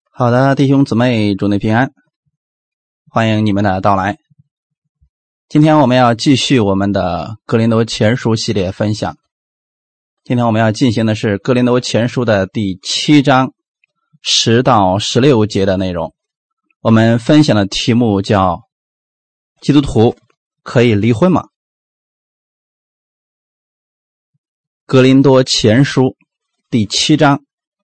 好的，弟兄姊妹，祝你平安，欢迎你们的到来。今天我们要继续我们的哥林多前书系列分享。今天我们要进行的是哥林多前书的第7章10到16节的内容。我们分享的题目叫基督徒可以离婚吗？哥林多前书第7章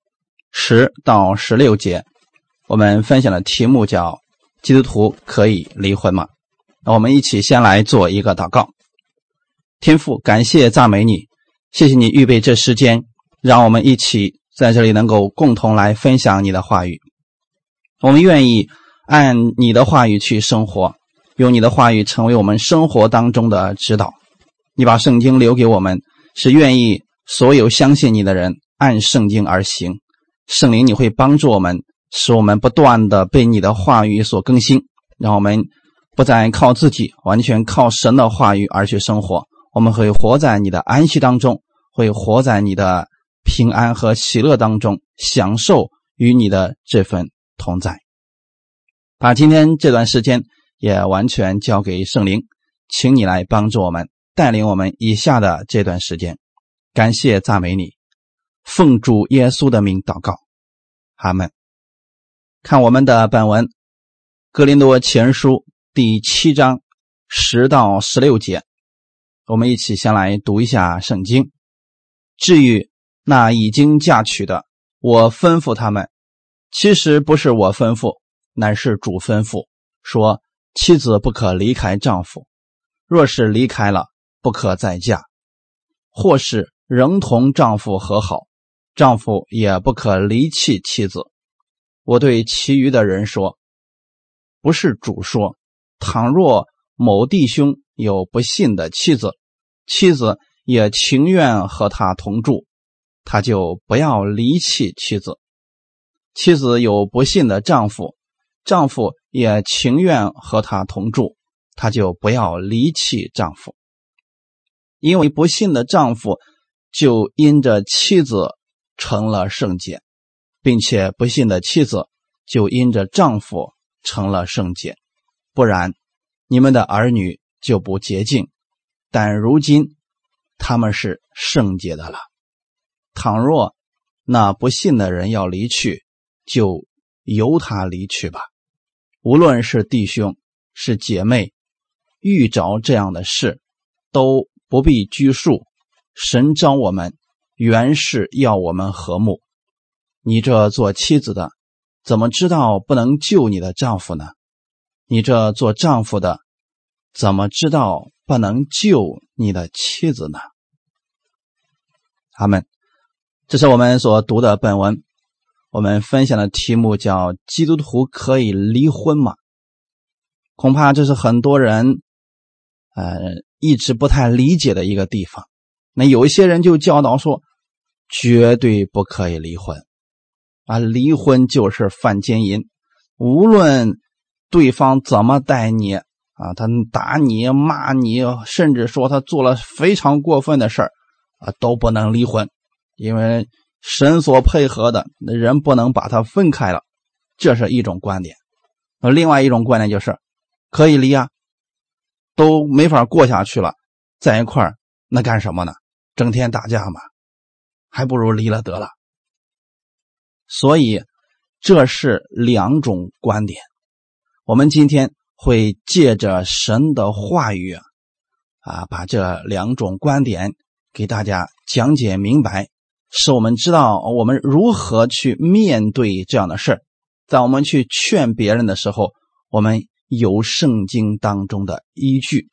10到16节，我们分享的题目叫基督徒可以离婚吗？那我们一起先来做一个祷告。天父，感谢赞美你，谢谢你预备这时间，让我们一起在这里能够共同来分享你的话语。我们愿意按你的话语去生活，用你的话语成为我们生活当中的指导。你把圣经留给我们，是愿意所有相信你的人按圣经而行。圣灵，你会帮助我们，使我们不断的被你的话语所更新，让我们不再靠自己，完全靠神的话语而去生活。我们会活在你的安息当中，会活在你的平安和喜乐当中，享受与你的这份同在。把今天这段时间也完全交给圣灵，请你来帮助我们，带领我们以下的这段时间。感谢赞美你，奉主耶稣的名祷告，阿们。看我们的本文，哥林多前书第7章10到16节，我们一起先来读一下圣经。至于那已经嫁娶的，我吩咐他们，其实不是我吩咐，乃是主吩咐，说妻子不可离开丈夫，若是离开了，不可再嫁，或是仍同丈夫和好，丈夫也不可离弃妻子。我对其余的人说，不是主说，倘若某弟兄有不信的妻子，妻子也情愿和他同住，他就不要离弃妻子。妻子有不信的丈夫，丈夫也情愿和他同住，他就不要离弃丈夫。因为不信的丈夫就因着妻子成了圣洁，并且不信的妻子就因着丈夫成了圣洁。不然，你们的儿女就不洁净，但如今他们是圣洁的了。倘若那不信的人要离去，就由他离去吧。无论是弟兄是姐妹，遇着这样的事，都不必拘束。神召我们，原是要我们和睦。你这做妻子的，怎么知道不能救你的丈夫呢？你这做丈夫的，怎么知道不能救你的妻子呢？阿们。这是我们所读的本文，我们分享的题目叫基督徒可以离婚吗？恐怕这是很多人一直不太理解的一个地方。那有一些人就教导说，绝对不可以离婚离婚就是犯奸淫，无论对方怎么待你他打你骂你，甚至说他做了非常过分的事儿都不能离婚，因为神所配合的人不能把它分开了。这是一种观点。另外一种观点就是可以离都没法过下去了，在一块儿那干什么呢？整天打架嘛，还不如离了得了。所以这是两种观点。我们今天会借着神的话语把这两种观点给大家讲解明白，使我们知道我们如何去面对这样的事。在我们去劝别人的时候，我们有圣经当中的依据。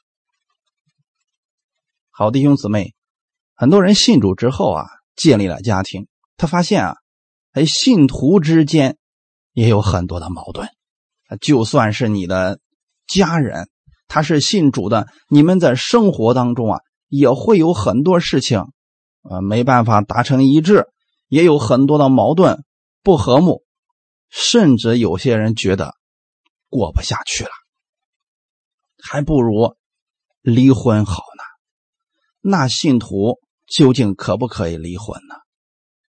好弟兄姊妹，很多人信主之后建立了家庭，他发现信徒之间也有很多的矛盾。就算是你的家人，他是信主的，你们在生活当中也会有很多事情没办法达成一致，也有很多的矛盾不和睦，甚至有些人觉得过不下去了，还不如离婚好呢。那信徒究竟可不可以离婚呢？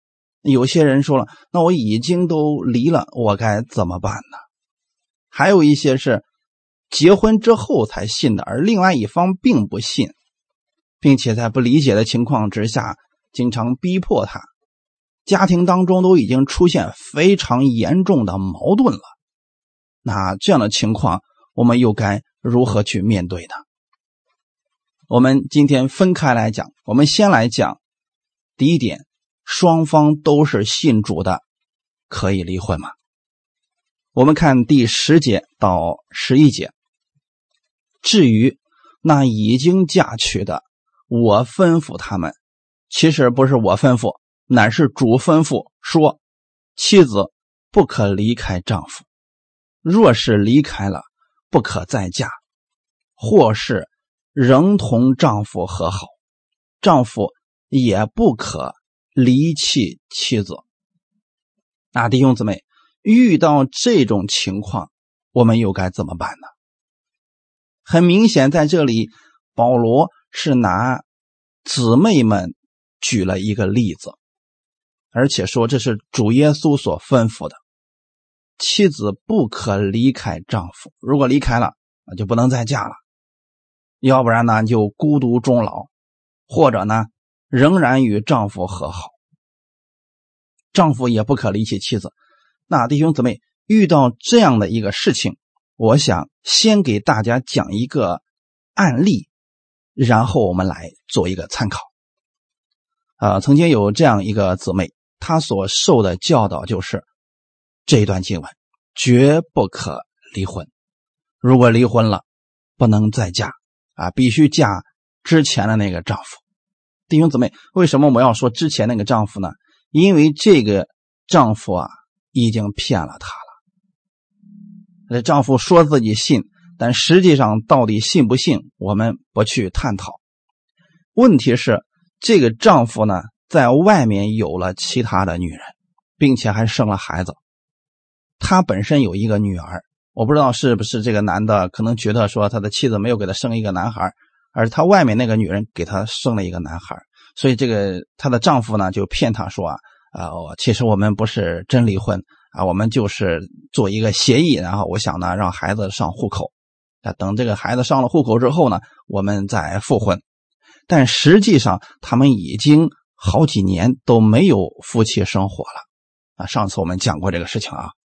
有些人说了，那我已经都离了，我该怎么办呢？还有一些是结婚之后才信的，而另外一方并不信，并且在不理解的情况之下经常逼迫他，家庭当中都已经出现非常严重的矛盾了。那这样的情况我们又该如何去面对呢？我们今天分开来讲，我们先来讲第一点，双方都是信主的，可以离婚吗？我们看第10节到11节。至于那已经嫁娶的，我吩咐他们，其实不是我吩咐，乃是主吩咐说，妻子不可离开丈夫，若是离开了，不可再嫁，或是仍同丈夫和好，丈夫也不可离弃妻子。那弟兄姊妹，遇到这种情况，我们又该怎么办呢？很明显，在这里保罗是拿姊妹们举了一个例子，而且说这是主耶稣所吩咐的，妻子不可离开丈夫，如果离开了，那就不能再嫁了，要不然呢就孤独终老，或者呢仍然与丈夫和好，丈夫也不可离弃妻子。那弟兄姊妹，遇到这样的一个事情，我想先给大家讲一个案例，然后我们来做一个参考。曾经有这样一个姊妹，她所受的教导就是这一段经文，绝不可离婚，如果离婚了不能再嫁必须嫁之前的那个丈夫。弟兄姊妹，为什么我要说之前那个丈夫呢？因为这个丈夫已经骗了她了。丈夫说自己信，但实际上到底信不信我们不去探讨。问题是这个丈夫呢，在外面有了其他的女人，并且还生了孩子。他本身有一个女儿，我不知道是不是这个男的可能觉得说他的妻子没有给他生一个男孩，而他外面那个女人给他生了一个男孩，所以他的丈夫呢就骗他说其实我们不是真离婚我们就是做一个协议，然后我想呢让孩子上户口等这个孩子上了户口之后呢，我们再复婚。但实际上他们已经好几年都没有夫妻生活了上次我们讲过这个事情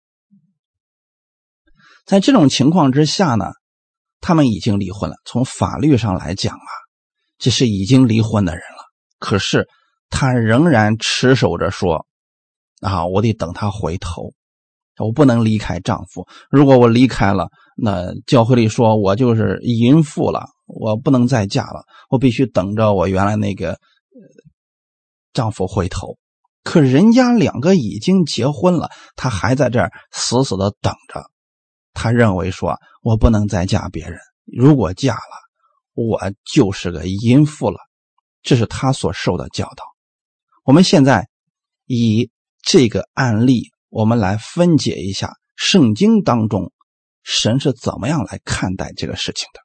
在这种情况之下呢，他们已经离婚了。从法律上来讲这是已经离婚的人了，可是他仍然持守着说我得等他回头，我不能离开丈夫，如果我离开了，那教会里说我就是淫妇了，我不能再嫁了，我必须等着我原来那个丈夫回头。可人家两个已经结婚了，他还在这儿死死的等着，他认为说我不能再嫁别人，如果嫁了我就是个淫妇了，这是他所受的教导。我们现在以这个案例我们来分解一下圣经当中神是怎么样来看待这个事情的。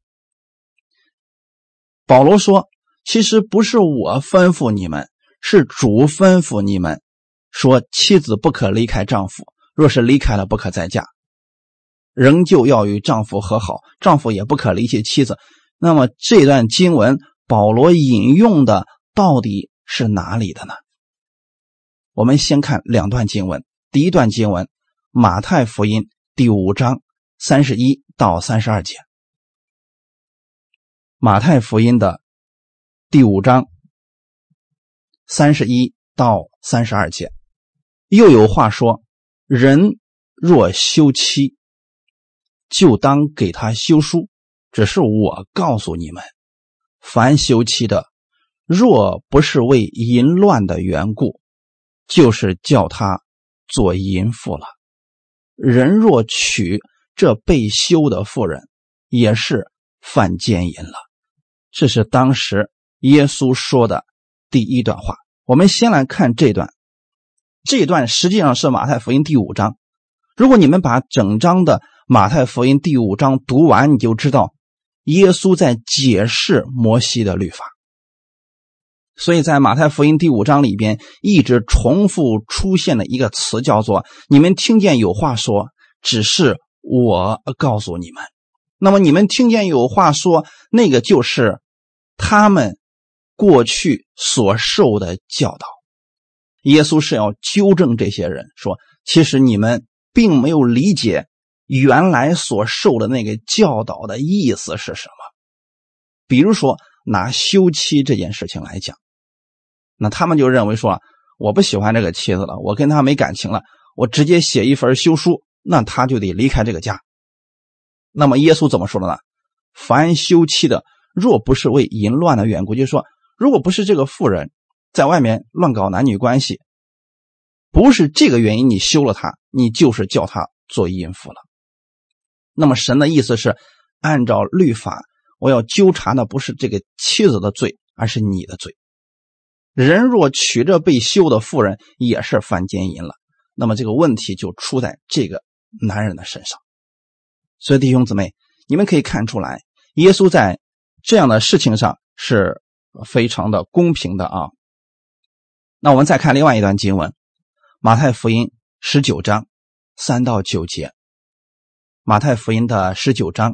保罗说，其实不是我吩咐你们，是主吩咐你们，说妻子不可离开丈夫，若是离开了不可再嫁，仍旧要与丈夫和好，丈夫也不可离弃妻子。那么这段经文保罗引用的到底是哪里的呢？我们先看两段经文。第一段经文，马太福音第5章31到32节。马太福音的第5章31到32节。又有话说，人若休妻，就当给他休书，只是我告诉你们，凡休妻的，若不是为淫乱的缘故，就是叫他做淫妇了。人若娶这被休的妇人，也是犯奸淫了。这是当时耶稣说的第一段话。我们先来看这段，这段实际上是马太福音第5章。如果你们把整章的马太福音第5章读完，你就知道耶稣在解释摩西的律法。 所以在马太福音第5章里边一直重复出现的一个词叫做你们听见有话说，只是我告诉你们。那么你们听见有话说，那个就是他们过去所受的教导。耶稣是要纠正这些人，说其实你们并没有理解原来所受的那个教导的意思是什么。比如说拿休妻这件事情来讲，那他们就认为说，我不喜欢这个妻子了，我跟他没感情了，我直接写一份休书，那他就得离开这个家。那么耶稣怎么说的呢？凡休妻的，若不是为淫乱的缘故，就是说如果不是这个妇人在外面乱搞男女关系，不是这个原因你休了他，你就是叫他做淫妇了。那么神的意思是按照律法，我要纠察的不是这个妻子的罪，而是你的罪。人若娶着被休的妇人，也是犯奸淫了，那么这个问题就出在这个男人的身上。所以弟兄姊妹，你们可以看出来，耶稣在这样的事情上是非常的公平的啊。那我们再看另外一段经文，马太福音19章3到9节。马太福音的19章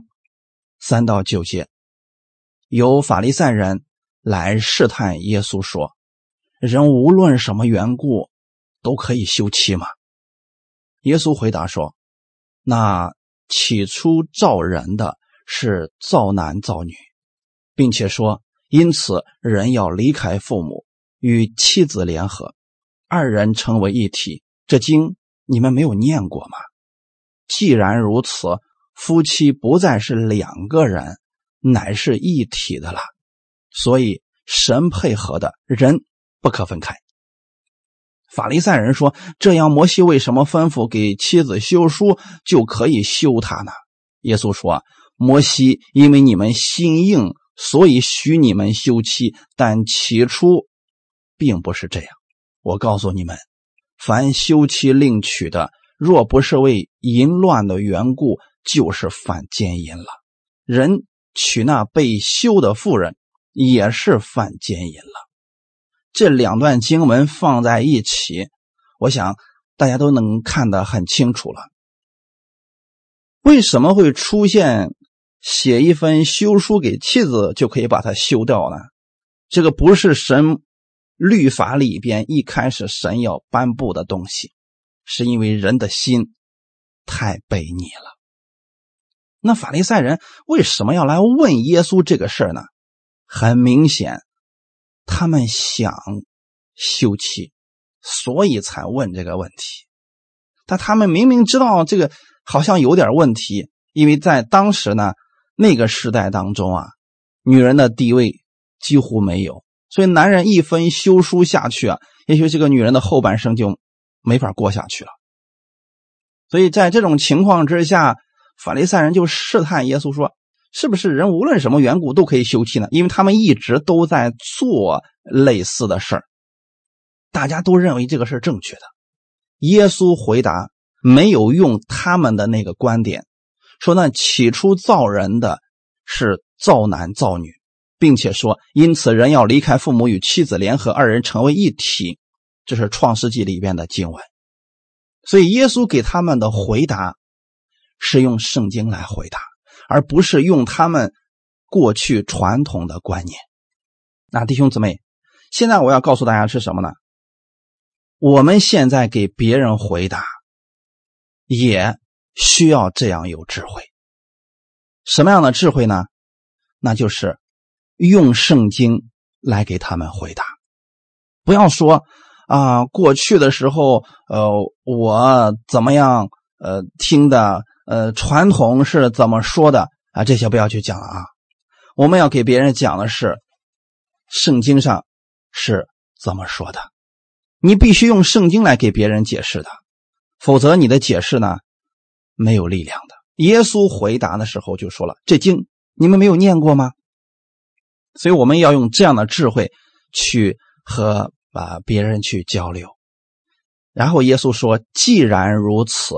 3到9节，有法利赛人来试探耶稣说，人无论什么缘故都可以休妻吗？耶稣回答说，那起初造人的是造男造女，并且说因此人要离开父母，与妻子联合，二人成为一体。这经你们没有念过吗？既然如此，夫妻不再是两个人，乃是一体的了。所以神配合的人不可分开。法利赛人说，这样摩西为什么吩咐给妻子休书就可以休他呢？耶稣说，摩西因为你们心硬，所以许你们休妻，但起初并不是这样。我告诉你们，凡休妻另娶的，若不是为淫乱的缘故，就是犯奸淫了。人娶那被休的妇人，也是犯奸淫了。这两段经文放在一起，我想大家都能看得很清楚了。为什么会出现写一份休书给妻子就可以把它休掉呢？这个不是神律法里边一开始神要颁布的东西，是因为人的心太悖逆了。那法利赛人为什么要来问耶稣这个事儿呢？很明显他们想休妻，所以才问这个问题。但他们明明知道这个好像有点问题，因为在当时呢，那个时代当中啊，女人的地位几乎没有，所以男人一分休书下去啊，也许这个女人的后半生就没法过下去了。所以在这种情况之下，法利赛人就试探耶稣说，是不是人无论什么缘故都可以休妻呢？因为他们一直都在做类似的事儿，大家都认为这个是正确的。耶稣回答没有用他们的那个观点，说那起初造人的是造男造女，并且说因此人要离开父母，与妻子联合，二人成为一体，这是创世纪里边的经文。所以耶稣给他们的回答是用圣经来回答，而不是用他们过去传统的观念。那弟兄姊妹，现在我要告诉大家是什么呢？我们现在给别人回答也需要这样有智慧。什么样的智慧呢？那就是用圣经来给他们回答。不要说过去的时候我怎么样听的传统是怎么说的啊，这些不要去讲了啊。我们要给别人讲的是圣经上是怎么说的，你必须用圣经来给别人解释的，否则你的解释呢没有力量的。耶稣回答的时候就说了，这经你们没有念过吗？所以我们要用这样的智慧去和别人去交流。然后耶稣说，既然如此，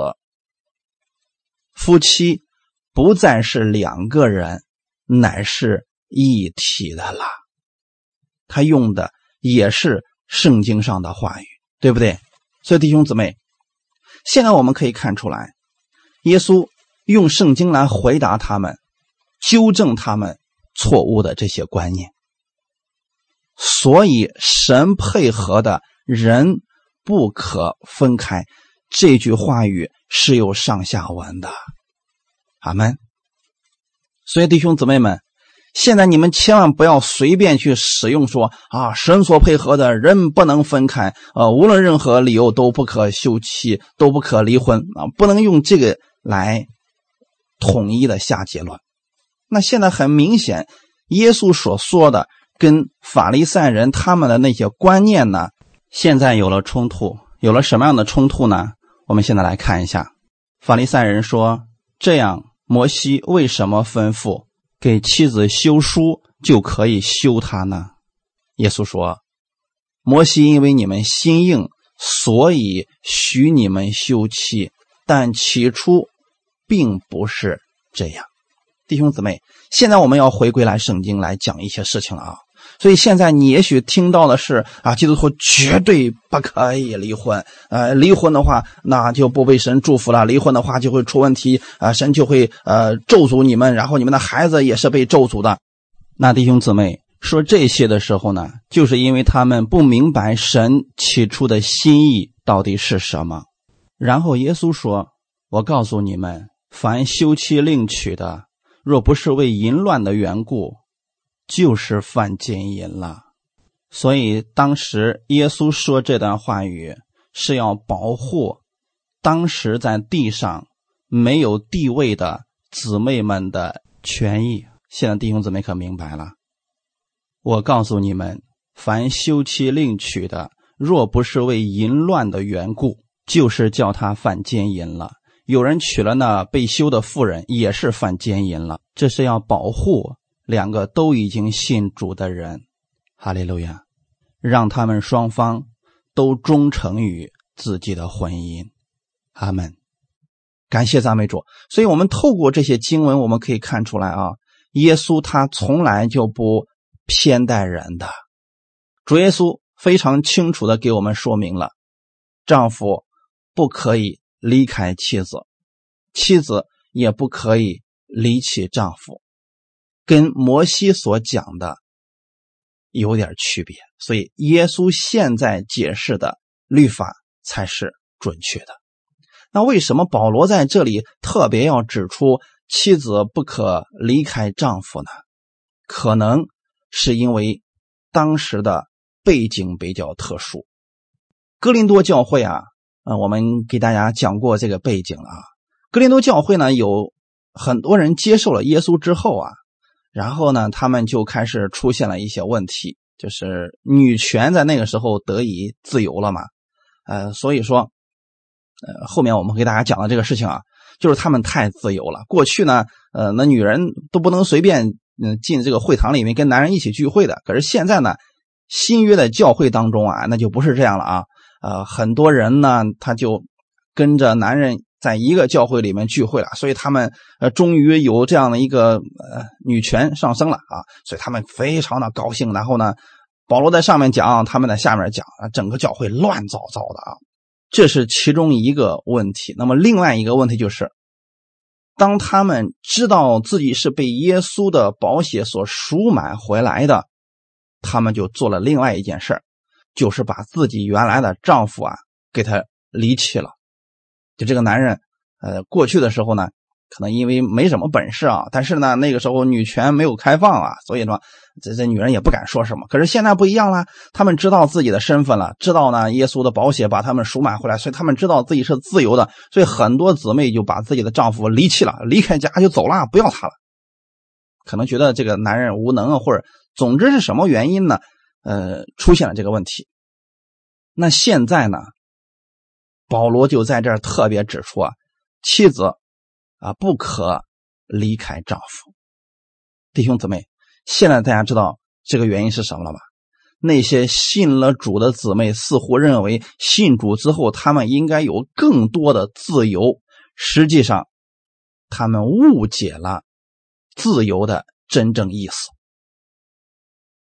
夫妻不再是两个人，乃是一体的了。他用的也是圣经上的话语，对不对？所以弟兄姊妹，现在我们可以看出来，耶稣用圣经来回答他们，纠正他们错误的这些观念。所以神配合的，人不可分开，这句话语是有上下文的。阿们。所以弟兄姊妹们，现在你们千万不要随便去使用说神所配合的人不能分开，无论任何理由都不可休妻，都不可离婚不能用这个来统一的下结论。那现在很明显，耶稣所说的跟法利赛人他们的那些观念呢，现在有了冲突。有了什么样的冲突呢？我们现在来看一下。法利赛人说，这样摩西为什么吩咐给妻子休书就可以休她呢？耶稣说，摩西因为你们心硬，所以许你们休妻，但起初并不是这样。弟兄姊妹，现在我们要回归来圣经来讲一些事情了所以现在你也许听到的是基督徒绝对不可以离婚，离婚的话那就不被神祝福了，离婚的话就会出问题，神就会咒诅你们，然后你们的孩子也是被咒诅的。那弟兄姊妹说这些的时候呢，就是因为他们不明白神起初的心意到底是什么。然后耶稣说，我告诉你们，凡休妻另娶的，若不是为淫乱的缘故，就是犯奸淫了。所以当时耶稣说这段话语是要保护当时在地上没有地位的姊妹们的权益。现在弟兄姊妹可明白了？我告诉你们，凡休妻另娶的，若不是为淫乱的缘故，就是叫他犯奸淫了。有人娶了那被休的妇人，也是犯奸淫了。这是要保护两个都已经信主的人，哈利路亚，让他们双方都忠诚于自己的婚姻。阿们。感谢赞美主。所以我们透过这些经文，我们可以看出来耶稣他从来就不偏待人的。主耶稣非常清楚地给我们说明了，丈夫不可以离开妻子，妻子也不可以离弃丈夫，跟摩西所讲的有点区别。所以耶稣现在解释的律法才是准确的。那为什么保罗在这里特别要指出妻子不可离开丈夫呢？可能是因为当时的背景比较特殊。哥林多教会我们给大家讲过这个背景了哥林多教会呢，有很多人接受了耶稣之后然后呢他们就开始出现了一些问题，就是女权在那个时候得以自由了嘛。所以说后面我们给大家讲的这个事情就是他们太自由了。过去呢那女人都不能随便进这个会堂里面跟男人一起聚会的。可是现在呢，新约的教会当中那就不是这样了很多人呢他就跟着男人在一个教会里面聚会了，所以他们终于有这样的一个女权上升了所以他们非常的高兴。然后呢保罗在上面讲，他们在下面讲整个教会乱糟糟的这是其中一个问题。那么另外一个问题就是，当他们知道自己是被耶稣的宝血所赎买回来的，他们就做了另外一件事，就是把自己原来的丈夫给他离弃了。就这个男人过去的时候呢，可能因为没什么本事但是呢那个时候女权没有开放所以说这女人也不敢说什么。可是现在不一样了，他们知道自己的身份了，知道呢耶稣的宝血把他们赎买回来，所以他们知道自己是自由的。所以很多姊妹就把自己的丈夫离弃了，离开家就走了，不要他了。可能觉得这个男人无能或者总之是什么原因呢出现了这个问题。那现在呢保罗就在这儿特别指出妻子不可离开丈夫。弟兄姊妹，现在大家知道这个原因是什么了吧？那些信了主的姊妹似乎认为信主之后他们应该有更多的自由，实际上他们误解了自由的真正意思。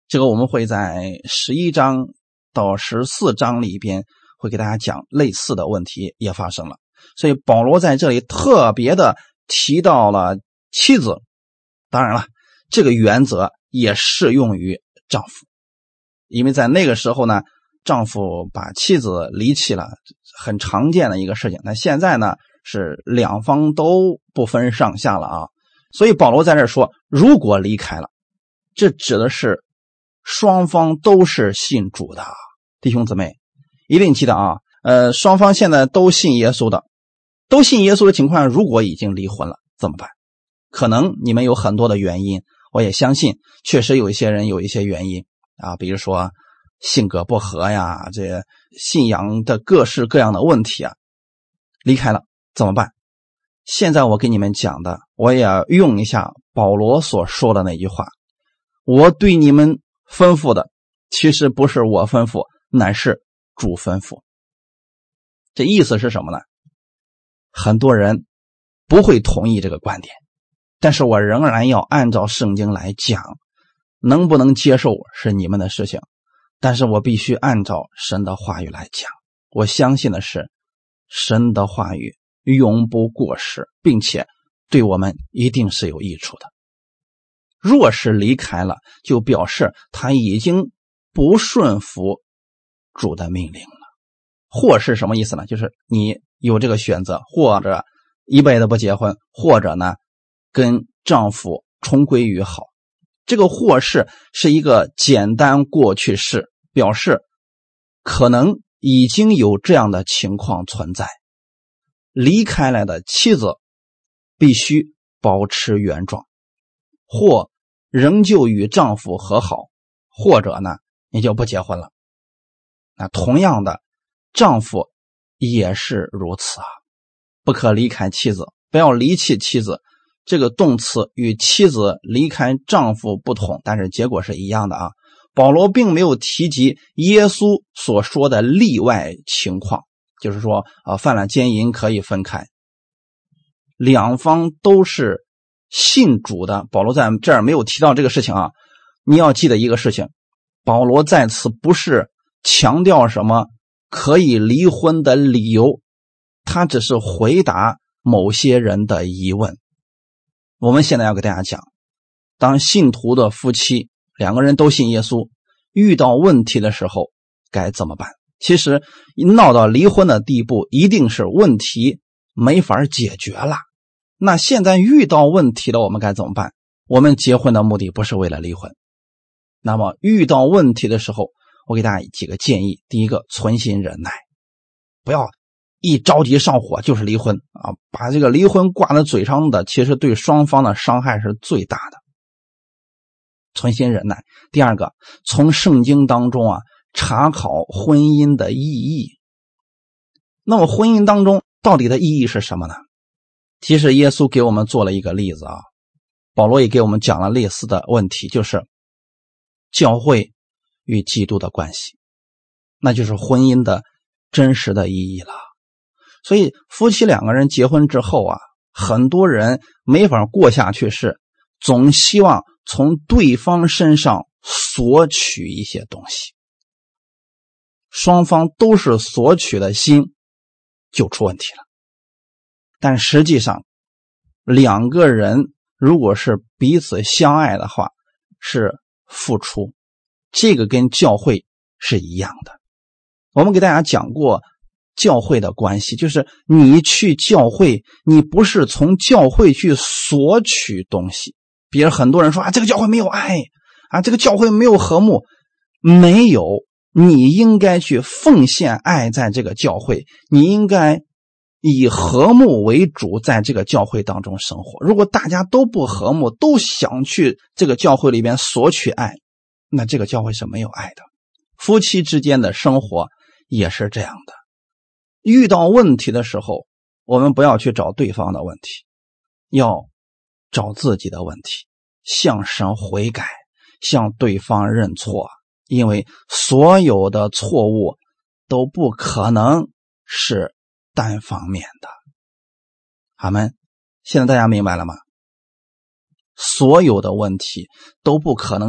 这个我们会在11章到14章里边会给大家讲类似的问题也发生了。所以保罗在这里特别的提到了妻子，当然了，这个原则也适用于丈夫，因为在那个时候呢，丈夫把妻子离弃了，很常见的一个事情。那现在呢，是两方都不分上下了啊。所以保罗在这说，如果离开了，这指的是双方都是信主的。弟兄姊妹一定记得啊，双方现在都信耶稣的，都信耶稣的情况，如果已经离婚了怎么办？可能你们有很多的原因，我也相信确实有一些人有一些原因啊，比如说性格不合呀，这信仰的各式各样的问题啊，离开了怎么办？现在我给你们讲的，我也用一下保罗所说的那句话，我对你们吩咐的其实不是我吩咐，乃是主吩咐。这意思是什么呢？很多人不会同意这个观点，但是我仍然要按照圣经来讲，能不能接受是你们的事情，但是我必须按照神的话语来讲。我相信的是神的话语永不过时，并且对我们一定是有益处的。若是离开了，就表示他已经不顺服主的命令了。或是什么意思呢？就是你有这个选择，或者一辈子不结婚，或者呢跟丈夫重归于好。这个或是一个简单过去式，表示可能已经有这样的情况存在。离开来的妻子必须保持原状，或仍旧与丈夫和好，或者呢你就不结婚了。那同样的，丈夫也是如此啊，不可离开妻子，不要离弃妻子。这个动词与妻子离开丈夫不同，但是结果是一样的啊。保罗并没有提及耶稣所说的例外情况，就是说犯了奸淫可以分开。两方都是信主的，保罗在这儿没有提到这个事情啊。你要记得一个事情，保罗在此不是强调什么可以离婚的理由，他只是回答某些人的疑问。我们现在要给大家讲，当信徒的夫妻两个人都信耶稣，遇到问题的时候该怎么办？其实闹到离婚的地步，一定是问题没法解决了。那现在遇到问题了，我们该怎么办？我们结婚的目的不是为了离婚。那么遇到问题的时候，我给大家几个建议。第一个，存心忍耐，不要一着急上火就是离婚啊！把这个离婚挂在嘴上的，其实对双方的伤害是最大的。存心忍耐。第二个，从圣经当中查考婚姻的意义。那么婚姻当中到底的意义是什么呢？其实耶稣给我们做了一个例子啊，保罗也给我们讲了类似的问题，就是教会与基督的关系，那就是婚姻的真实的意义了。所以夫妻两个人结婚之后很多人没法过下去，是总希望从对方身上索取一些东西，双方都是索取的心，就出问题了。但实际上两个人如果是彼此相爱的话，是付出，这个跟教会是一样的。我们给大家讲过教会的关系，就是你去教会，你不是从教会去索取东西。比如很多人说这个教会没有爱这个教会没有和睦，没有，你应该去奉献爱在这个教会，你应该以和睦为主，在这个教会当中生活。如果大家都不和睦，都想去这个教会里边索取爱，那这个教会是没有爱的。夫妻之间的生活也是这样的，遇到问题的时候，我们不要去找对方的问题，要找自己的问题，向神悔改，向对方认错，因为所有的错误都不可能是单方面的。阿们。现在大家明白了吗？所有的问题都不可能是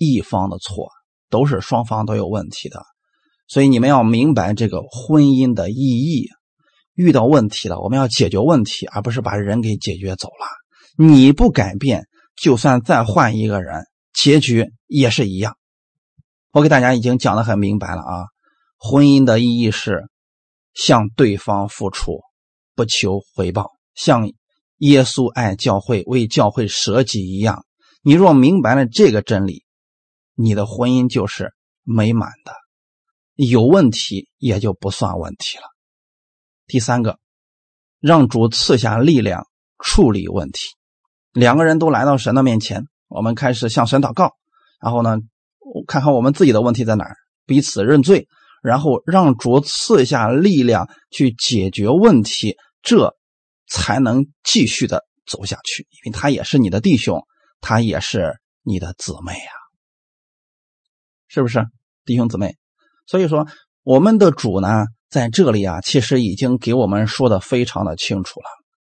一方的错，都是双方都有问题的。所以你们要明白这个婚姻的意义，遇到问题了，我们要解决问题，而不是把人给解决走了。你不改变，就算再换一个人，结局也是一样。我给大家已经讲得很明白了啊，婚姻的意义是向对方付出，不求回报，像耶稣爱教会，为教会舍己一样。你若明白了这个真理，你的婚姻就是美满的，有问题也就不算问题了。第三个，让主赐下力量处理问题。两个人都来到神的面前，我们开始向神祷告，然后呢，看看我们自己的问题在哪儿，彼此认罪，然后让主赐下力量去解决问题，这才能继续的走下去。因为他也是你的弟兄，他也是你的姊妹啊，是不是弟兄姊妹？所以说我们的主呢，在这里啊，其实已经给我们说的非常的清楚了。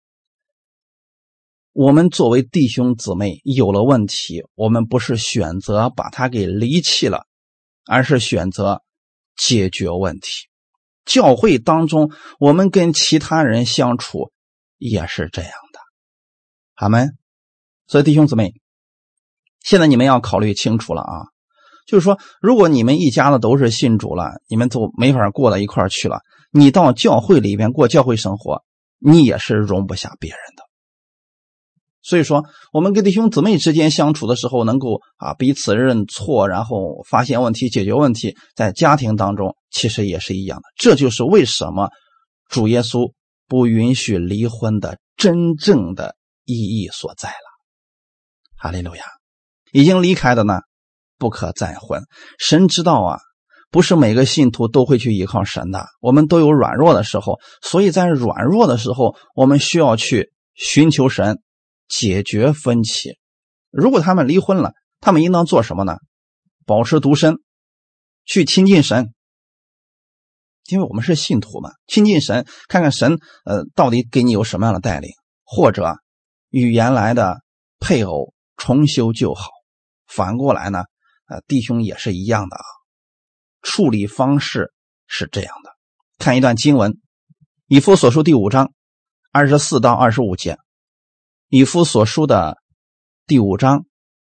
我们作为弟兄姊妹有了问题，我们不是选择把它给离弃了，而是选择解决问题。教会当中我们跟其他人相处也是这样的，阿们。所以弟兄姊妹，现在你们要考虑清楚了啊，就是说如果你们一家子都是信主了，你们都没法过到一块儿去了，你到教会里边过教会生活，你也是容不下别人的。所以说我们跟弟兄姊妹之间相处的时候，能够彼此认错，然后发现问题解决问题，在家庭当中其实也是一样的。这就是为什么主耶稣不允许离婚的真正的意义所在了。哈利路亚。已经离开的呢，不可再婚。神知道啊，不是每个信徒都会去依靠神的，我们都有软弱的时候，所以在软弱的时候，我们需要去寻求神解决分歧。如果他们离婚了，他们应当做什么呢？保持独身，去亲近神，因为我们是信徒嘛，亲近神，看看神到底给你有什么样的带领，或者与原来的配偶重修旧好。反过来呢，弟兄也是一样的啊，处理方式是这样的。看一段经文，以弗所书第5章24到25节。以弗所书的第5章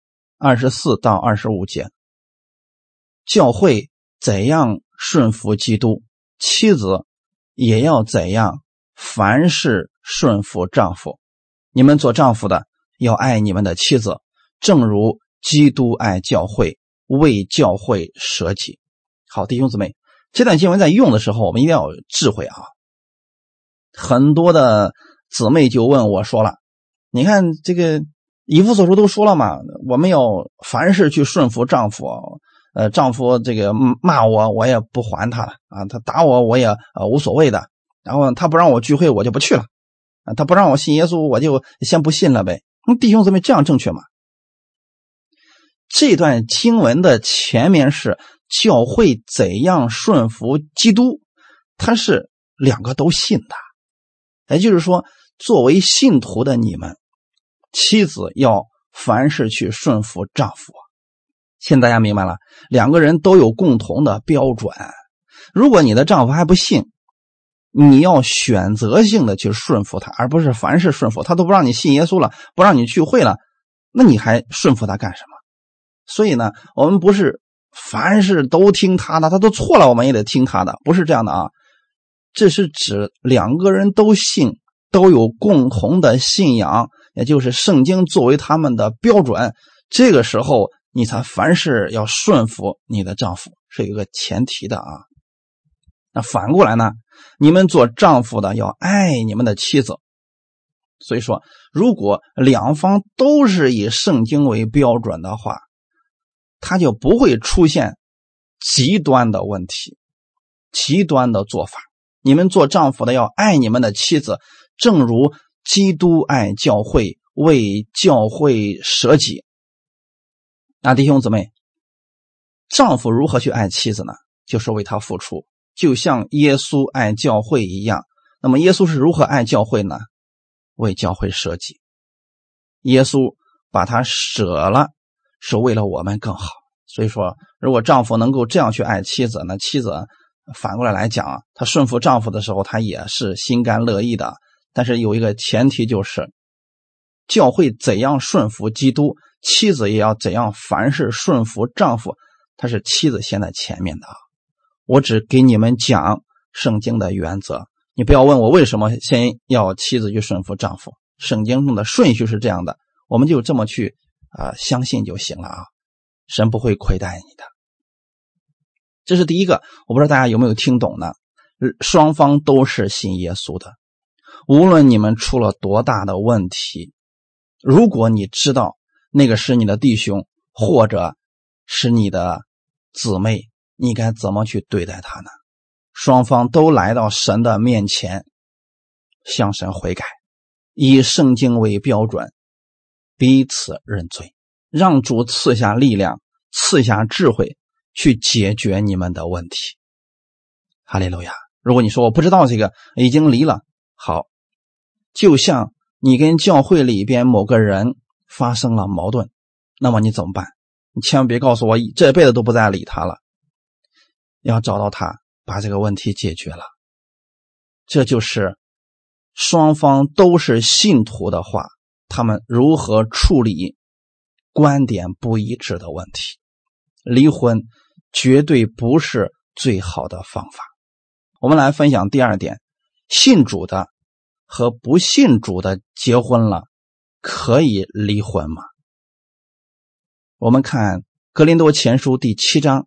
24到25节，教会怎样顺服基督，妻子也要怎样凡事顺服丈夫。你们做丈夫的要爱你们的妻子，正如基督爱教会，为教会舍己。好，弟兄姊妹，这段经文在用的时候，我们一定要有智慧啊。很多的姊妹就问我说了，你看这个以弗所书都说了嘛，我们要凡事去顺服丈夫，丈夫这个骂我，我也不还他了啊，他打我，我也无所谓的。然后他不让我聚会，我就不去了啊，他不让我信耶稣，我就先不信了呗。弟兄姊妹，这样正确吗？这段经文的前面是教会怎样顺服基督，它是两个都信的。也就是说，作为信徒的你们，妻子要凡事去顺服丈夫。现在大家明白了，两个人都有共同的标准。如果你的丈夫还不信，你要选择性的去顺服他，而不是凡事顺服他。都不让你信耶稣了，不让你聚会了，那你还顺服他干什么？所以呢，我们不是凡事都听他的，他都错了我们也得听他的，不是这样的啊。这是指两个人都信，都有共同的信仰，也就是圣经作为他们的标准，这个时候你才凡事要顺服你的丈夫，是一个前提的啊。那反过来呢，你们做丈夫的要爱你们的妻子。所以说，如果两方都是以圣经为标准的话，他就不会出现极端的问题，极端的做法。你们做丈夫的要爱你们的妻子，正如基督爱教会，为教会舍己。那弟兄姊妹，丈夫如何去爱妻子呢？就是为他付出，就像耶稣爱教会一样。那么耶稣是如何爱教会呢？为教会舍己。耶稣把他舍了，是为了我们更好。 所以说如果丈夫能够这样去爱妻子，那妻子反过来讲，她顺服丈夫的时候，她也是心甘乐意的。但是有一个前提，就是教会怎样顺服基督，妻子也要怎样凡事顺服丈夫，她是妻子先在前面的。我只给你们讲圣经的原则，你不要问我为什么先要妻子去顺服丈夫，圣经中的顺序是这样的，我们就这么去相信就行了啊，神不会亏待你的。这是第一个，我不知道大家有没有听懂呢？双方都是信耶稣的，无论你们出了多大的问题，如果你知道那个是你的弟兄或者是你的姊妹，你该怎么去对待他呢？双方都来到神的面前，向神悔改，以圣经为标准，彼此认罪，让主赐下力量，赐下智慧去解决你们的问题。哈利路亚！如果你说我不知道这个，已经离了，好，就像你跟教会里边某个人发生了矛盾，那么你怎么办？你千万别告诉我这辈子都不再理他了，要找到他，把这个问题解决了。这就是双方都是信徒的话，他们如何处理观点不一致的问题。离婚绝对不是最好的方法。我们来分享第二点，信主的和不信主的结婚了，可以离婚吗？我们看哥林多前书第7章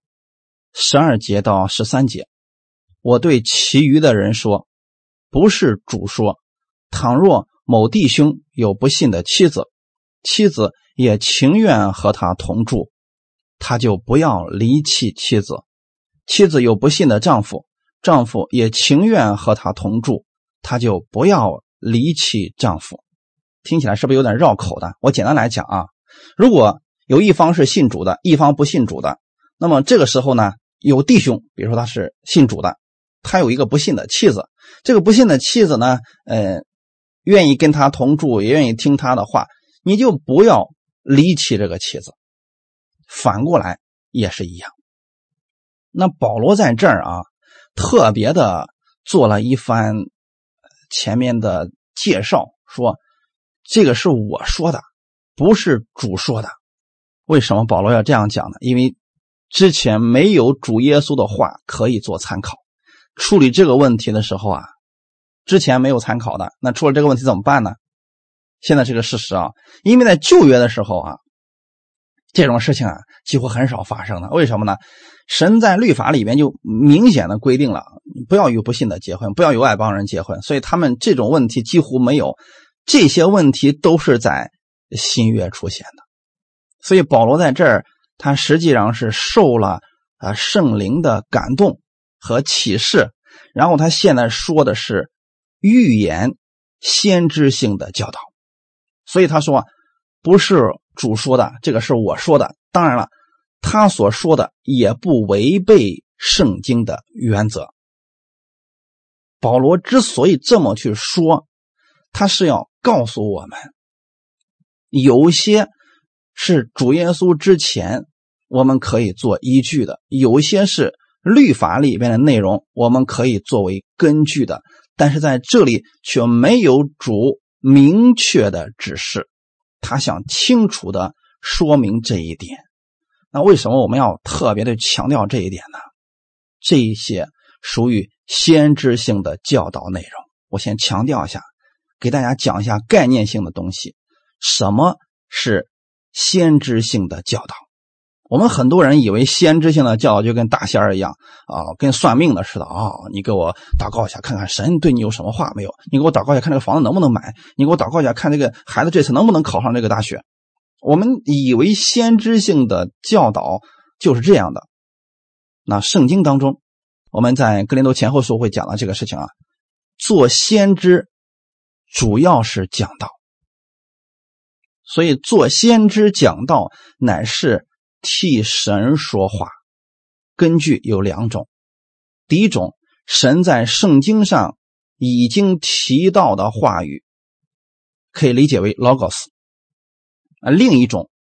12节到13节，我对其余的人说，不是主说，倘若某弟兄有不信的妻子，妻子也情愿和他同住，他就不要离弃妻子；妻子有不信的丈夫，丈夫也情愿和他同住，他就不要离弃丈夫。听起来是不是有点绕口的？我简单来讲啊，如果有一方是信主的，一方不信主的，那么这个时候呢，有弟兄，比如说他是信主的，他有一个不信的妻子，这个不信的妻子呢，愿意跟他同住，也愿意听他的话，你就不要离弃这个妻子。反过来也是一样。那保罗在这儿啊，特别的做了一番前面的介绍，说这个是我说的，不是主说的。为什么保罗要这样讲呢？因为之前没有主耶稣的话可以做参考，处理这个问题的时候啊，之前没有参考的，那出了这个问题怎么办呢？现在是个事实啊，因为在旧约的时候啊，这种事情啊几乎很少发生的。为什么呢？神在律法里面就明显的规定了，不要与不信的结婚，不要与外邦人结婚，所以他们这种问题几乎没有，这些问题都是在新约出现的。所以保罗在这儿他实际上是受了圣灵的感动和启示，然后他现在说的是预言先知性的教导。所以他说不是主说的，这个是我说的。当然了，他所说的也不违背圣经的原则。保罗之所以这么去说，他是要告诉我们，有些是主耶稣之前我们可以做依据的，有些是律法里边的内容我们可以作为根据的，但是在这里却没有主明确的指示，他想清楚的说明这一点。那为什么我们要特别的强调这一点呢？这一些属于先知性的教导内容，我先强调一下，给大家讲一下概念性的东西。什么是先知性的教导？我们很多人以为先知性的教导就跟大仙儿一样啊，跟算命的似的啊，你给我祷告一下看看神对你有什么话没有，你给我祷告一下看这个房子能不能买，你给我祷告一下看这个孩子这次能不能考上这个大学。我们以为先知性的教导就是这样的。那圣经当中，我们在哥林多前后书会讲到这个事情啊，做先知主要是讲道，所以做先知讲道乃是替神说话。根据有两种，第一种，神在圣经上已经提到的话语，可以理解为 logos。另一种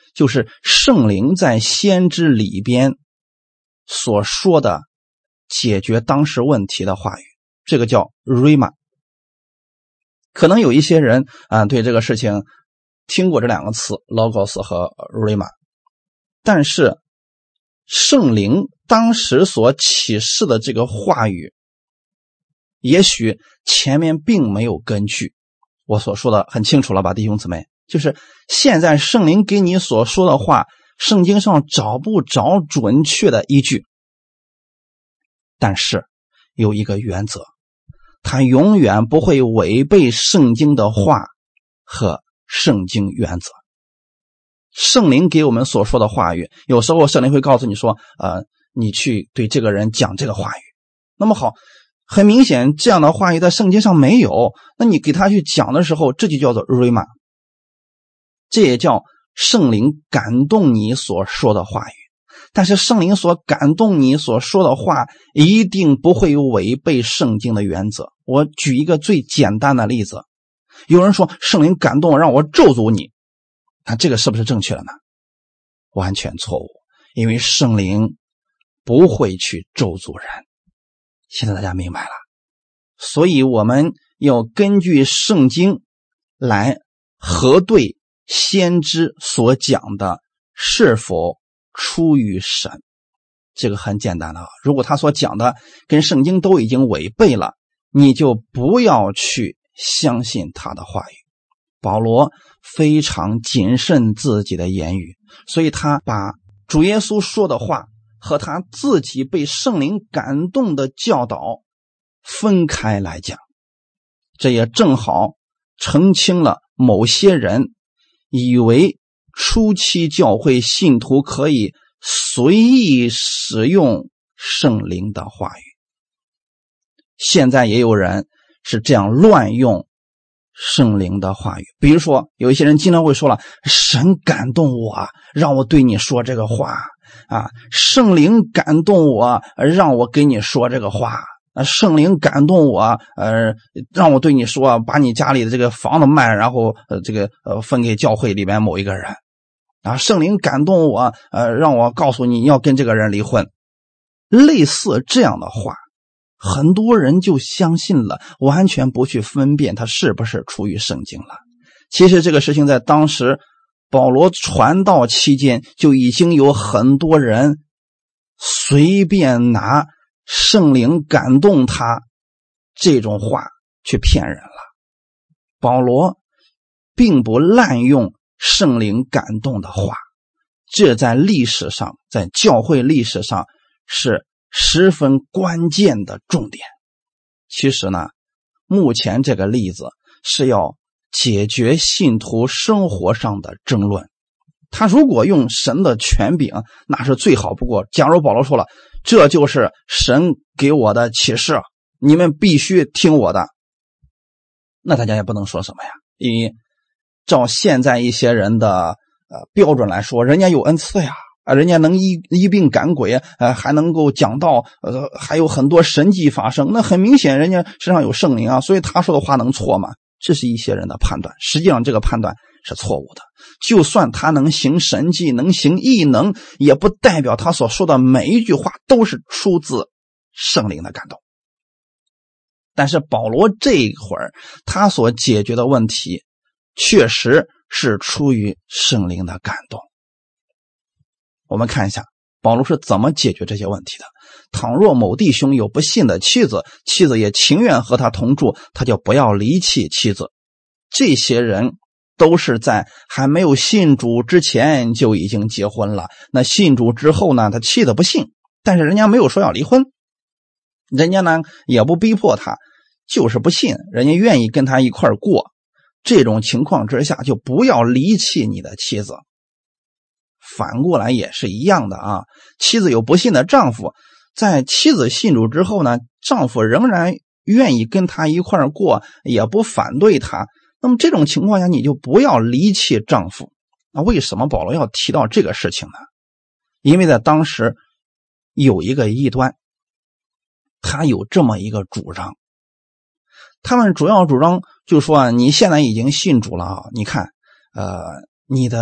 就是圣灵在先知里边所说的解决当时问题的话语，这个叫 Rhema。 可能有一些人对这个事情听过这两个词 Logos 和 Rhema， 但是圣灵当时所启示的这个话语也许前面并没有根据。我所说的很清楚了吧，弟兄姊妹，就是现在圣灵给你所说的话，圣经上找不着准确的依据，但是有一个原则，它永远不会违背圣经的话和圣经原则。圣灵给我们所说的话语，有时候圣灵会告诉你说你去对这个人讲这个话语，那么好，很明显这样的话语在圣经上没有，那你给他去讲的时候，这就叫做 Rhema， 这也叫圣灵感动你所说的话语。但是圣灵所感动你所说的话一定不会违背圣经的原则。我举一个最简单的例子，有人说圣灵感动让我咒诅你，那这个是不是正确的呢？完全错误，因为圣灵不会去咒诅人。现在大家明白了，所以我们要根据圣经来核对先知所讲的是否出于神。这个很简单了，如果他所讲的跟圣经都已经违背了，你就不要去相信他的话语。保罗非常谨慎自己的言语，所以他把主耶稣说的话和他自己被圣灵感动的教导分开来讲，这也正好澄清了某些人以为初期教会信徒可以随意使用圣灵的话语。现在也有人是这样乱用圣灵的话语，比如说有一些人经常会说了，神感动我让我对你说这个话圣灵感动我让我给你说这个话，圣灵感动我让我对你说把你家里的这个房子卖，然后分给教会里面某一个人圣灵感动我让我告诉你要跟这个人离婚。类似这样的话很多人就相信了，完全不去分辨它是不是出于圣经了。其实这个事情在当时保罗传道期间就已经有很多人随便拿圣灵感动他这种话去骗人了。保罗并不滥用圣灵感动的话，这在历史上，在教会历史上是十分关键的重点。其实呢，目前这个例子是要解决信徒生活上的争论。他如果用神的权柄，那是最好不过。假如保罗说了，这就是神给我的启示，你们必须听我的，那大家也不能说什么呀。因为照现在一些人的标准来说，人家有恩赐呀，人家能医病赶鬼，还能够讲道，还有很多神迹发生，那很明显人家身上有圣灵啊，所以他说的话能错吗？这是一些人的判断，实际上这个判断是错误的。就算他能行神迹，能行异能，也不代表他所说的每一句话都是出自圣灵的感动。但是保罗这一会儿他所解决的问题确实是出于圣灵的感动。我们看一下保罗是怎么解决这些问题的。倘若某弟兄有不信的妻子，妻子也情愿和他同住，他就不要离弃妻子。这些人都是在还没有信主之前就已经结婚了，那信主之后呢，他妻子不信，但是人家没有说要离婚，人家呢也不逼迫他，就是不信，人家愿意跟他一块过。这种情况之下就不要离弃你的妻子。反过来也是一样的啊，妻子有不信的丈夫，在妻子信主之后呢，丈夫仍然愿意跟他一块过，也不反对他，那么这种情况下你就不要离弃丈夫。那为什么保罗要提到这个事情呢？因为在当时有一个异端，他有这么一个主张，他们主要主张就说你现在已经信主了你看你的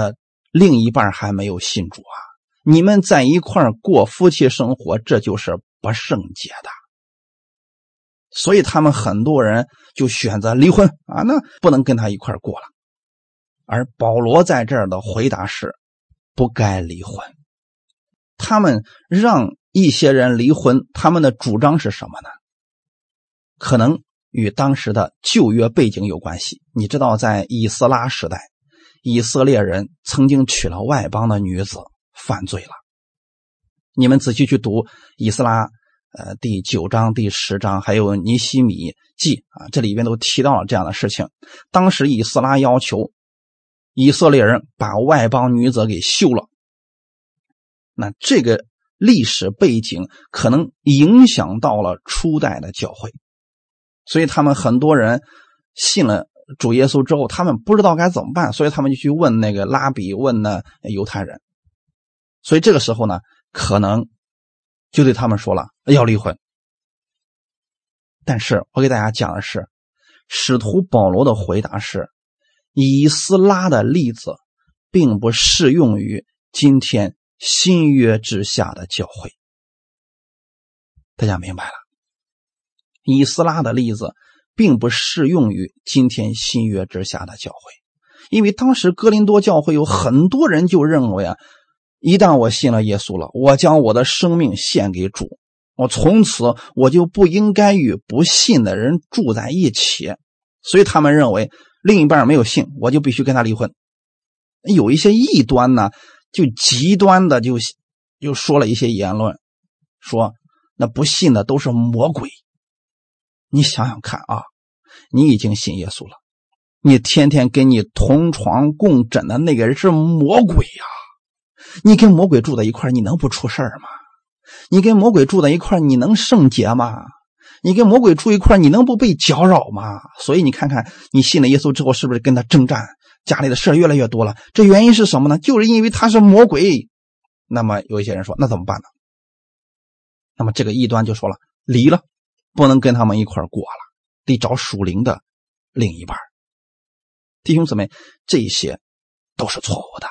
另一半还没有信主啊，你们在一块儿过夫妻生活，这就是不圣洁的。所以他们很多人就选择离婚啊，那不能跟他一块儿过了。而保罗在这儿的回答是不该离婚。他们让一些人离婚，他们的主张是什么呢？可能与当时的旧约背景有关系。你知道在以斯拉时代，以色列人曾经娶了外邦的女子，犯罪了。你们仔细去读以斯拉第9章第10章还有尼希米记啊，这里边都提到了这样的事情。当时以斯拉要求以色列人把外邦女子给休了。那这个历史背景可能影响到了初代的教会，所以他们很多人信了主耶稣之后，他们不知道该怎么办，所以他们就去问那个拉比，问那犹太人。所以这个时候呢，可能就对他们说了要离婚。但是我给大家讲的是，使徒保罗的回答是，以斯拉的例子并不适用于今天新约之下的教会。大家明白了，以斯拉的例子并不适用于今天新约之下的教会。因为当时哥林多教会有很多人就认为啊，一旦我信了耶稣了，我将我的生命献给主，我从此我就不应该与不信的人住在一起。所以他们认为另一半没有信，我就必须跟他离婚。有一些异端呢，就极端的就说了一些言论，说那不信的都是魔鬼。你想想看啊，你已经信耶稣了，你天天跟你同床共枕的那个人是魔鬼啊！你跟魔鬼住在一块，你能不出事儿吗？你跟魔鬼住在一块，你能圣洁吗？你跟魔鬼住一块，你能不被搅扰吗？所以你看看，你信了耶稣之后，是不是跟他征战，家里的事越来越多了？这原因是什么呢？就是因为他是魔鬼。那么有一些人说，那怎么办呢？那么这个异端就说了，离了，不能跟他们一块过了，得找属灵的另一半。弟兄姊妹，这些都是错误的。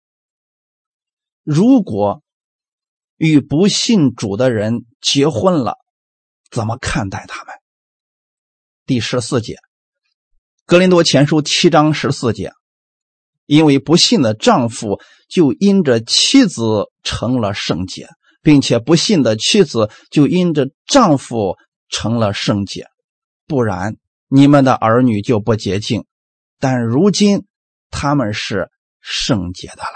如果与不信主的人结婚了，怎么看待他们？第14节，哥林多前书7章14节，因为不信的丈夫就因着妻子成了圣洁，并且不信的妻子就因着丈夫成了圣洁，不然你们的儿女就不洁净，但如今他们是圣洁的了。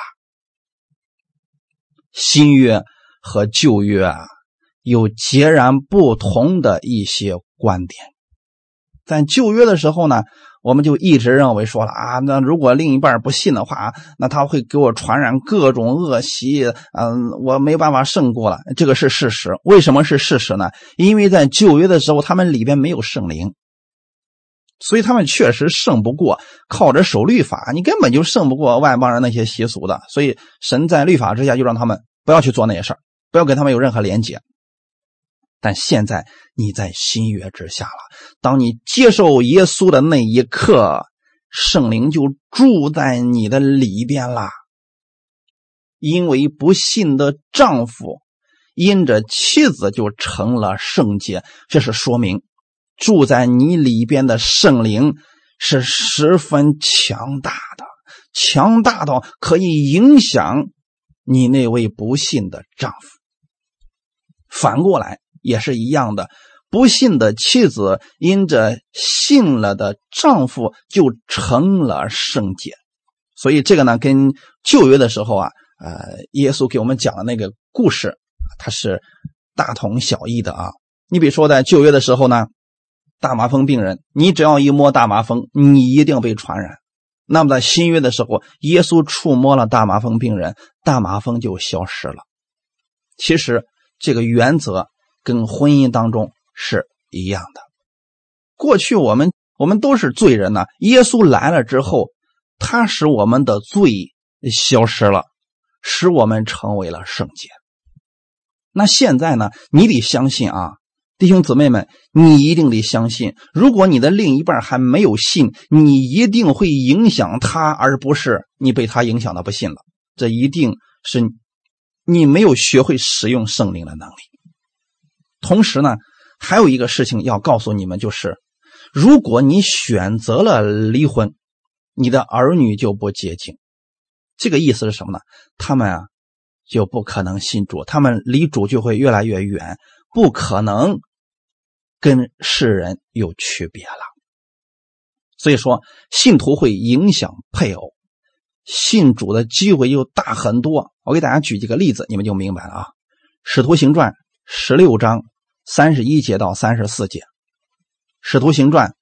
新约和旧约啊，有截然不同的一些观点。在旧约的时候呢，我们就一直认为说了啊，那如果另一半不信的话，那他会给我传染各种恶习，我没办法胜过了。这个是事实。为什么是事实呢？因为在旧约的时候，他们里边没有圣灵，所以他们确实胜不过，靠着守律法，你根本就胜不过外邦人那些习俗的。所以神在律法之下就让他们不要去做那些事儿，不要跟他们有任何连结。但现在你在新约之下了，当你接受耶稣的那一刻，圣灵就住在你的里边了。因为不信的丈夫因着妻子就成了圣洁，这是说明住在你里边的圣灵是十分强大的，强大到可以影响你那位不信的丈夫。反过来也是一样的，不信的妻子因着信了的丈夫就成了圣洁。所以这个呢，跟旧约的时候啊，耶稣给我们讲的那个故事，它是大同小异的啊。你比如说在旧约的时候呢，大麻风病人，你只要一摸大麻风，你一定被传染。那么在新约的时候，耶稣触摸了大麻风病人，大麻风就消失了。其实这个原则跟婚姻当中是一样的。过去我们都是罪人呢，耶稣来了之后，他使我们的罪消失了，使我们成为了圣洁。那现在呢，你得相信啊，弟兄姊妹们，你一定得相信，如果你的另一半还没有信，你一定会影响他，而不是你被他影响的不信了，这一定是你没有学会使用圣灵的能力。同时呢，还有一个事情要告诉你们，就是如果你选择了离婚，你的儿女就不洁净。这个意思是什么呢？他们就不可能信主，他们离主就会越来越远，不可能跟世人有区别了。所以说信徒会影响配偶，信主的机会又大很多。我给大家举几个例子，你们就明白了啊。使徒行传16章31节到34节，使徒行传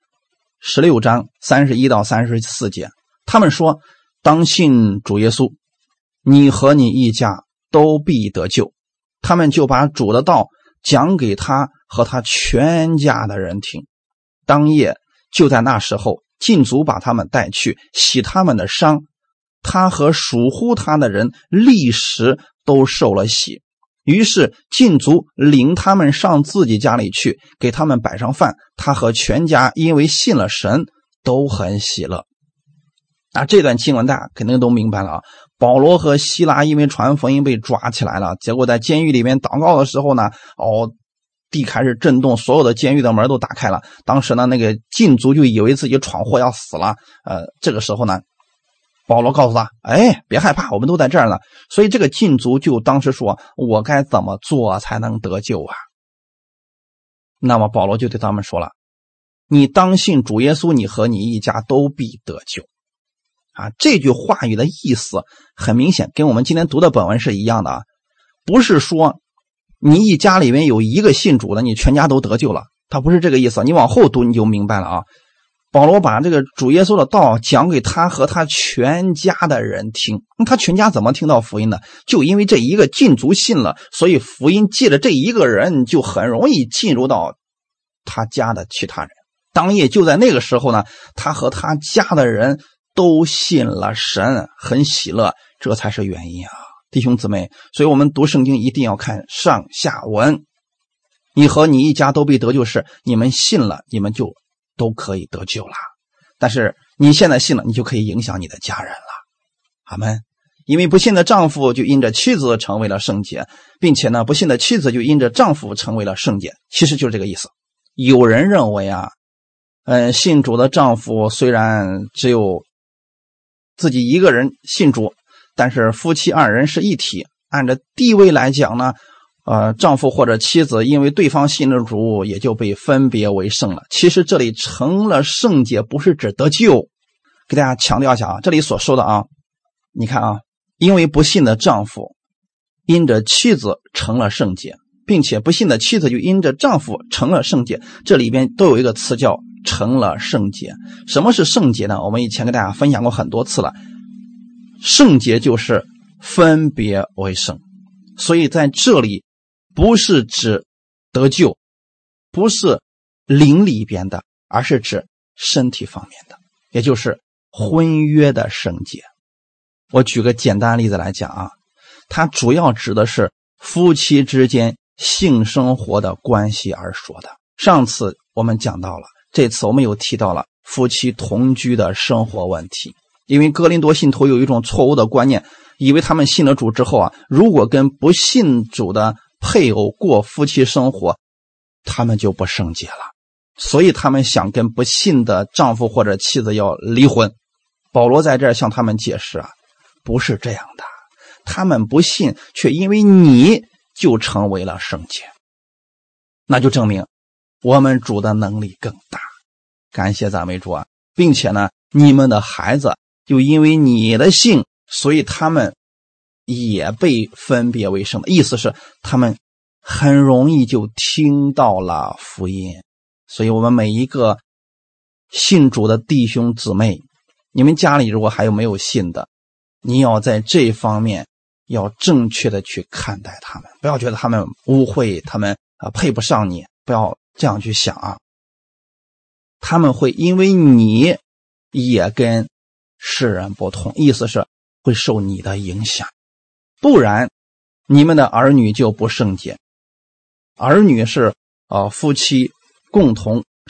16章31到34节，他们说，当信主耶稣，你和你一家都必得救。他们就把主的道讲给他和他全家的人听。当夜就在那时候，禁足把他们带去，洗他们的伤，他和属乎他的人立时都受了洗。于是禁足领他们上自己家里去，给他们摆上饭，他和全家因为信了神都很喜乐。这段经文大家肯定都明白了啊。保罗和希拉因为传福音被抓起来了，结果在监狱里面祷告的时候呢，地开始震动，所有的监狱的门都打开了。当时呢，那个禁足就以为自己闯祸要死了。这个时候呢，保罗告诉他，别害怕，我们都在这儿了。所以这个禁足就当时说，我该怎么做才能得救啊？那么保罗就对他们说了，你当信主耶稣，你和你一家都必得救。这句话语的意思很明显，跟我们今天读的本文是一样的啊，不是说你一家里面有一个信主的，你全家都得救了，他不是这个意思。你往后读你就明白了啊。保罗把这个主耶稣的道讲给他和他全家的人听，他全家怎么听到福音呢？就因为这一个禁足信了，所以福音借着这一个人就很容易进入到他家的其他人。当夜就在那个时候呢，他和他家的人都信了神，很喜乐，这才是原因啊，弟兄姊妹。所以我们读圣经一定要看上下文。你和你一家都必得救，是你们信了，你们就都可以得救了。但是你现在信了，你就可以影响你的家人了。阿们。因为不信的丈夫就因着妻子成为了圣洁，并且呢，不信的妻子就因着丈夫成为了圣洁，其实就是这个意思。有人认为信主的丈夫虽然只有自己一个人信主，但是夫妻二人是一体，按照地位来讲呢，丈夫或者妻子因为对方信了主，也就被分别为圣了。其实这里成了圣洁不是指得救，给大家强调一下这里所说的你看因为不信的丈夫因着妻子成了圣洁，并且不信的妻子就因着丈夫成了圣洁，这里边都有一个词叫成了圣洁。什么是圣洁呢？我们以前跟大家分享过很多次了，圣洁就是分别为圣。所以在这里不是指得救，不是灵里边的，而是指身体方面的，也就是婚约的圣洁。我举个简单的例子来讲它主要指的是夫妻之间性生活的关系而说的。上次我们讲到了，这次我们又提到了夫妻同居的生活问题。因为哥林多信徒有一种错误的观念，以为他们信了主之后如果跟不信主的配偶过夫妻生活，他们就不圣洁了，所以他们想跟不信的丈夫或者妻子要离婚。保罗在这儿向他们解释不是这样的，他们不信，却因为你就成为了圣洁，那就证明我们主的能力更大。感谢赞美主并且呢，你们的孩子就因为你的信，所以他们也被分别为圣的意思是他们很容易就听到了福音。所以我们每一个信主的弟兄姊妹，你们家里如果还有没有信的，你要在这方面要正确的去看待他们，不要觉得他们污秽，他们配不上你，不要这样去想他们会因为你也跟世人不同，意思是会受你的影响，不然你们的儿女就不圣洁。儿女是夫妻共同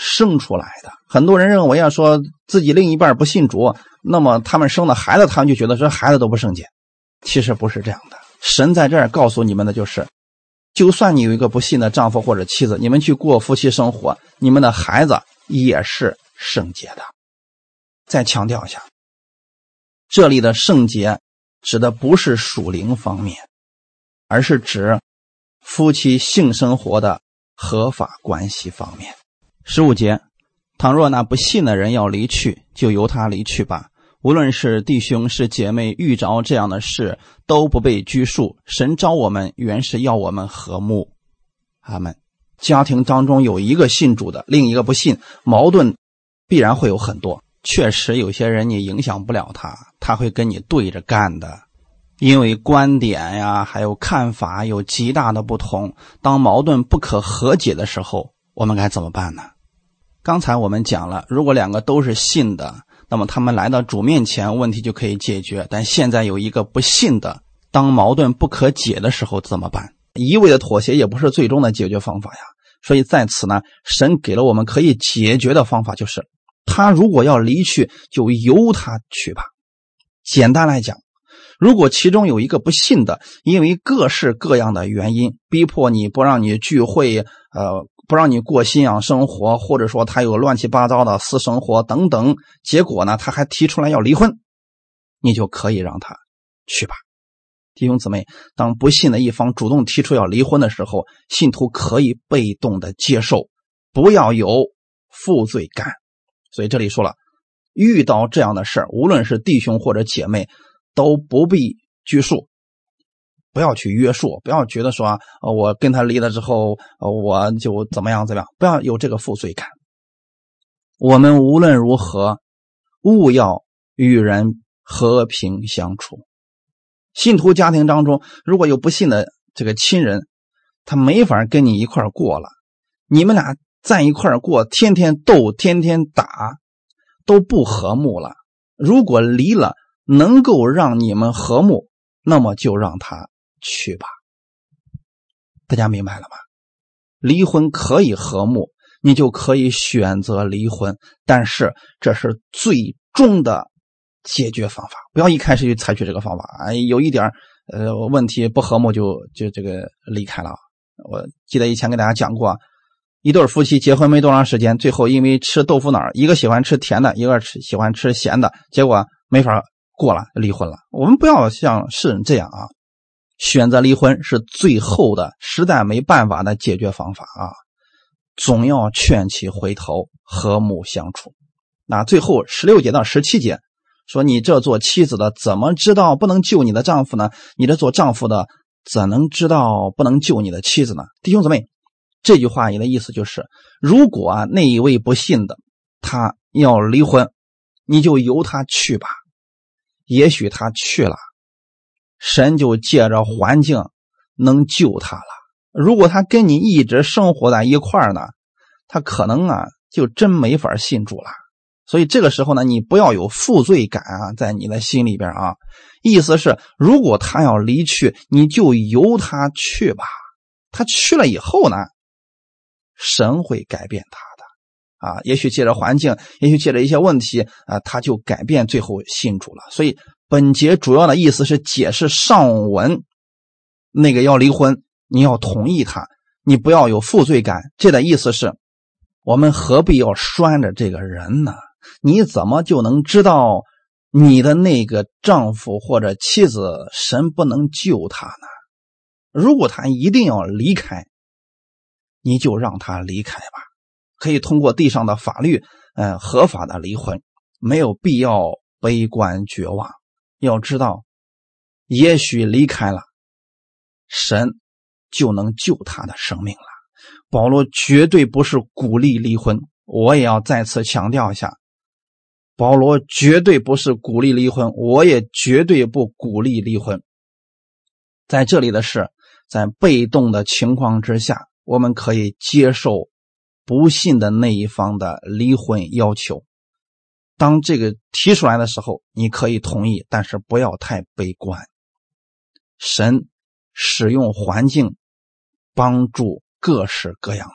生出来的。很多人认为说自己另一半不信主，那么他们生的孩子，他们就觉得这孩子都不圣洁。其实不是这样的。神在这儿告诉你们的就是，就算你有一个不信的丈夫或者妻子，你们去过夫妻生活，你们的孩子也是圣洁的。再强调一下，这里的圣洁指的不是属灵方面，而是指夫妻性生活的合法关系方面。15节，倘若那不信的人要离去，就由他离去吧。无论是弟兄是姐妹，遇着这样的事都不被拘束。神召我们原是要我们和睦。阿们。家庭当中有一个信主的，另一个不信，矛盾必然会有很多。确实有些人你影响不了他，他会跟你对着干的，因为观点呀还有看法有极大的不同。当矛盾不可和解的时候，我们该怎么办呢？刚才我们讲了，如果两个都是信的，那么他们来到主面前，问题就可以解决。但现在有一个不信的，当矛盾不可解的时候怎么办？一味的妥协也不是最终的解决方法呀。所以在此呢，神给了我们可以解决的方法，就是他如果要离去，就由他去吧。简单来讲，如果其中有一个不信的，因为各式各样的原因逼迫你，不让你聚会，不让你过信仰生活，或者说他有乱七八糟的私生活等等，结果呢他还提出来要离婚，你就可以让他去吧。弟兄姊妹，当不信的一方主动提出要离婚的时候，信徒可以被动的接受，不要有负罪感。所以这里说了，遇到这样的事儿，无论是弟兄或者姐妹，都不必拘束，不要去约束，不要觉得说我跟他离了之后我就怎么样，不要有这个负罪感。我们无论如何务要与人和平相处。信徒家庭当中如果有不信的这个亲人，他没法跟你一块过了，你们俩在一块过，天天斗天天打，都不和睦了。如果离了能够让你们和睦，那么就让他去吧。大家明白了吗？离婚可以和睦，你就可以选择离婚，但是这是最终的解决方法，不要一开始就采取这个方法有一点问题不和睦就这个离开了。我记得以前给大家讲过，一对夫妻结婚没多长时间，最后因为吃豆腐脑，一个喜欢吃甜的，一个喜欢吃咸的，结果没法过了，离婚了。我们不要像世人这样啊，选择离婚是最后的实在没办法的解决方法啊，总要劝其回头，和睦相处。那最后16节到17节说，你这做妻子的怎么知道不能救你的丈夫呢？你这做丈夫的怎能知道不能救你的妻子呢？弟兄姊妹，这句话的意思就是，如果那一位不信的他要离婚，你就由他去吧。也许他去了，神就借着环境能救他了。如果他跟你一直生活在一块儿呢，他可能就真没法信主了。所以这个时候呢，你不要有负罪感在你的心里边意思是，如果他要离去，你就由他去吧。他去了以后呢，神会改变他的也许借着环境，也许借着一些问题他就改变，最后信主了。所以本节主要的意思是解释上文那个要离婚，你要同意他，你不要有负罪感。这的意思是，我们何必要拴着这个人呢？你怎么就能知道你的那个丈夫或者妻子神不能救他呢？如果他一定要离开，你就让他离开吧，可以通过地上的法律合法的离婚，没有必要悲观绝望。要知道，也许离开了，神就能救他的生命了。保罗绝对不是鼓励离婚，我也要再次强调一下，保罗绝对不是鼓励离婚，我也绝对不鼓励离婚。在这里的是，在被动的情况之下，我们可以接受不信的那一方的离婚要求。当这个提出来的时候，你可以同意，但是不要太悲观。神使用环境帮助各式各样的人，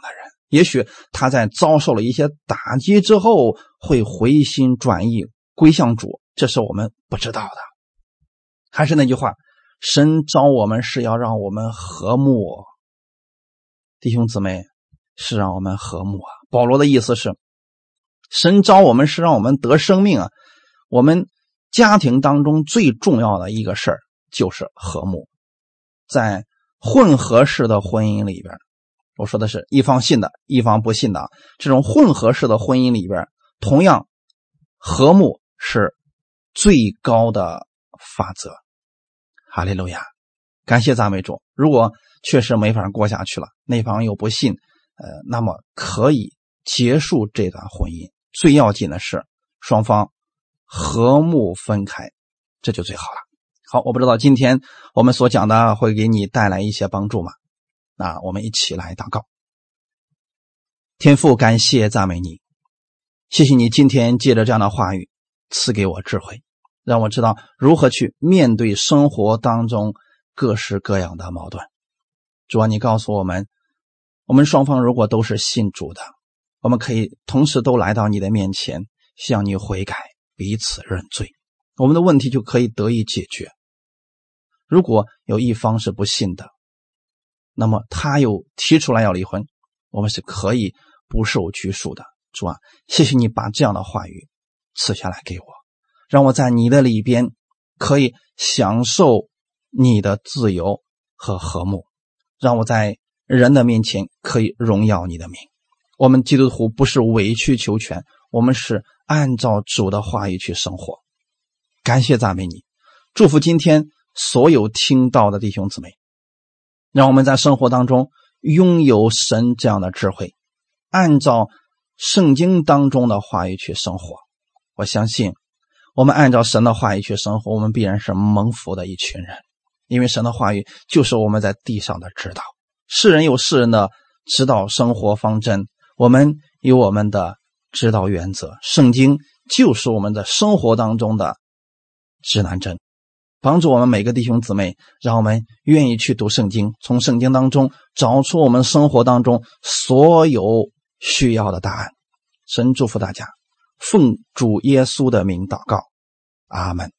也许他在遭受了一些打击之后会回心转意归向主，这是我们不知道的。还是那句话，神召我们是要让我们和睦，弟兄姊妹，是让我们和睦啊。保罗的意思是，神召我们是让我们得生命啊。我们家庭当中最重要的一个事儿就是和睦。在混合式的婚姻里边，我说的是一方信的一方不信的，这种混合式的婚姻里边，同样和睦是最高的法则。哈利路亚，感谢赞美主。如果确实没法过下去了，那方又不信，那么可以结束这段婚姻。最要紧的是双方和睦分开，这就最好了。好，我不知道今天我们所讲的会给你带来一些帮助吗？那我们一起来祷告。天父，感谢赞美你，谢谢你今天借着这样的话语赐给我智慧，让我知道如何去面对生活当中各式各样的矛盾。主啊，你告诉我们，我们双方如果都是信主的，我们可以同时都来到你的面前，向你悔改，彼此认罪，我们的问题就可以得以解决。如果有一方是不信的，那么他又提出来要离婚，我们是可以不受拘束的。主啊，谢谢你把这样的话语赐下来给我，让我在你的里边可以享受你的自由和和睦，让我在人的面前可以荣耀你的名。我们基督徒不是委曲求全，我们是按照主的话语去生活。感谢赞美你，祝福今天所有听到的弟兄姊妹，让我们在生活当中拥有神这样的智慧，按照圣经当中的话语去生活。我相信我们按照神的话语去生活，我们必然是蒙福的一群人，因为神的话语就是我们在地上的指导。世人有世人的指导生活方针，我们有我们的指导原则，圣经就是我们的生活当中的指南针，帮助我们每个弟兄姊妹，让我们愿意去读圣经，从圣经当中找出我们生活当中所有需要的答案。神祝福大家，奉主耶稣的名祷告，阿们。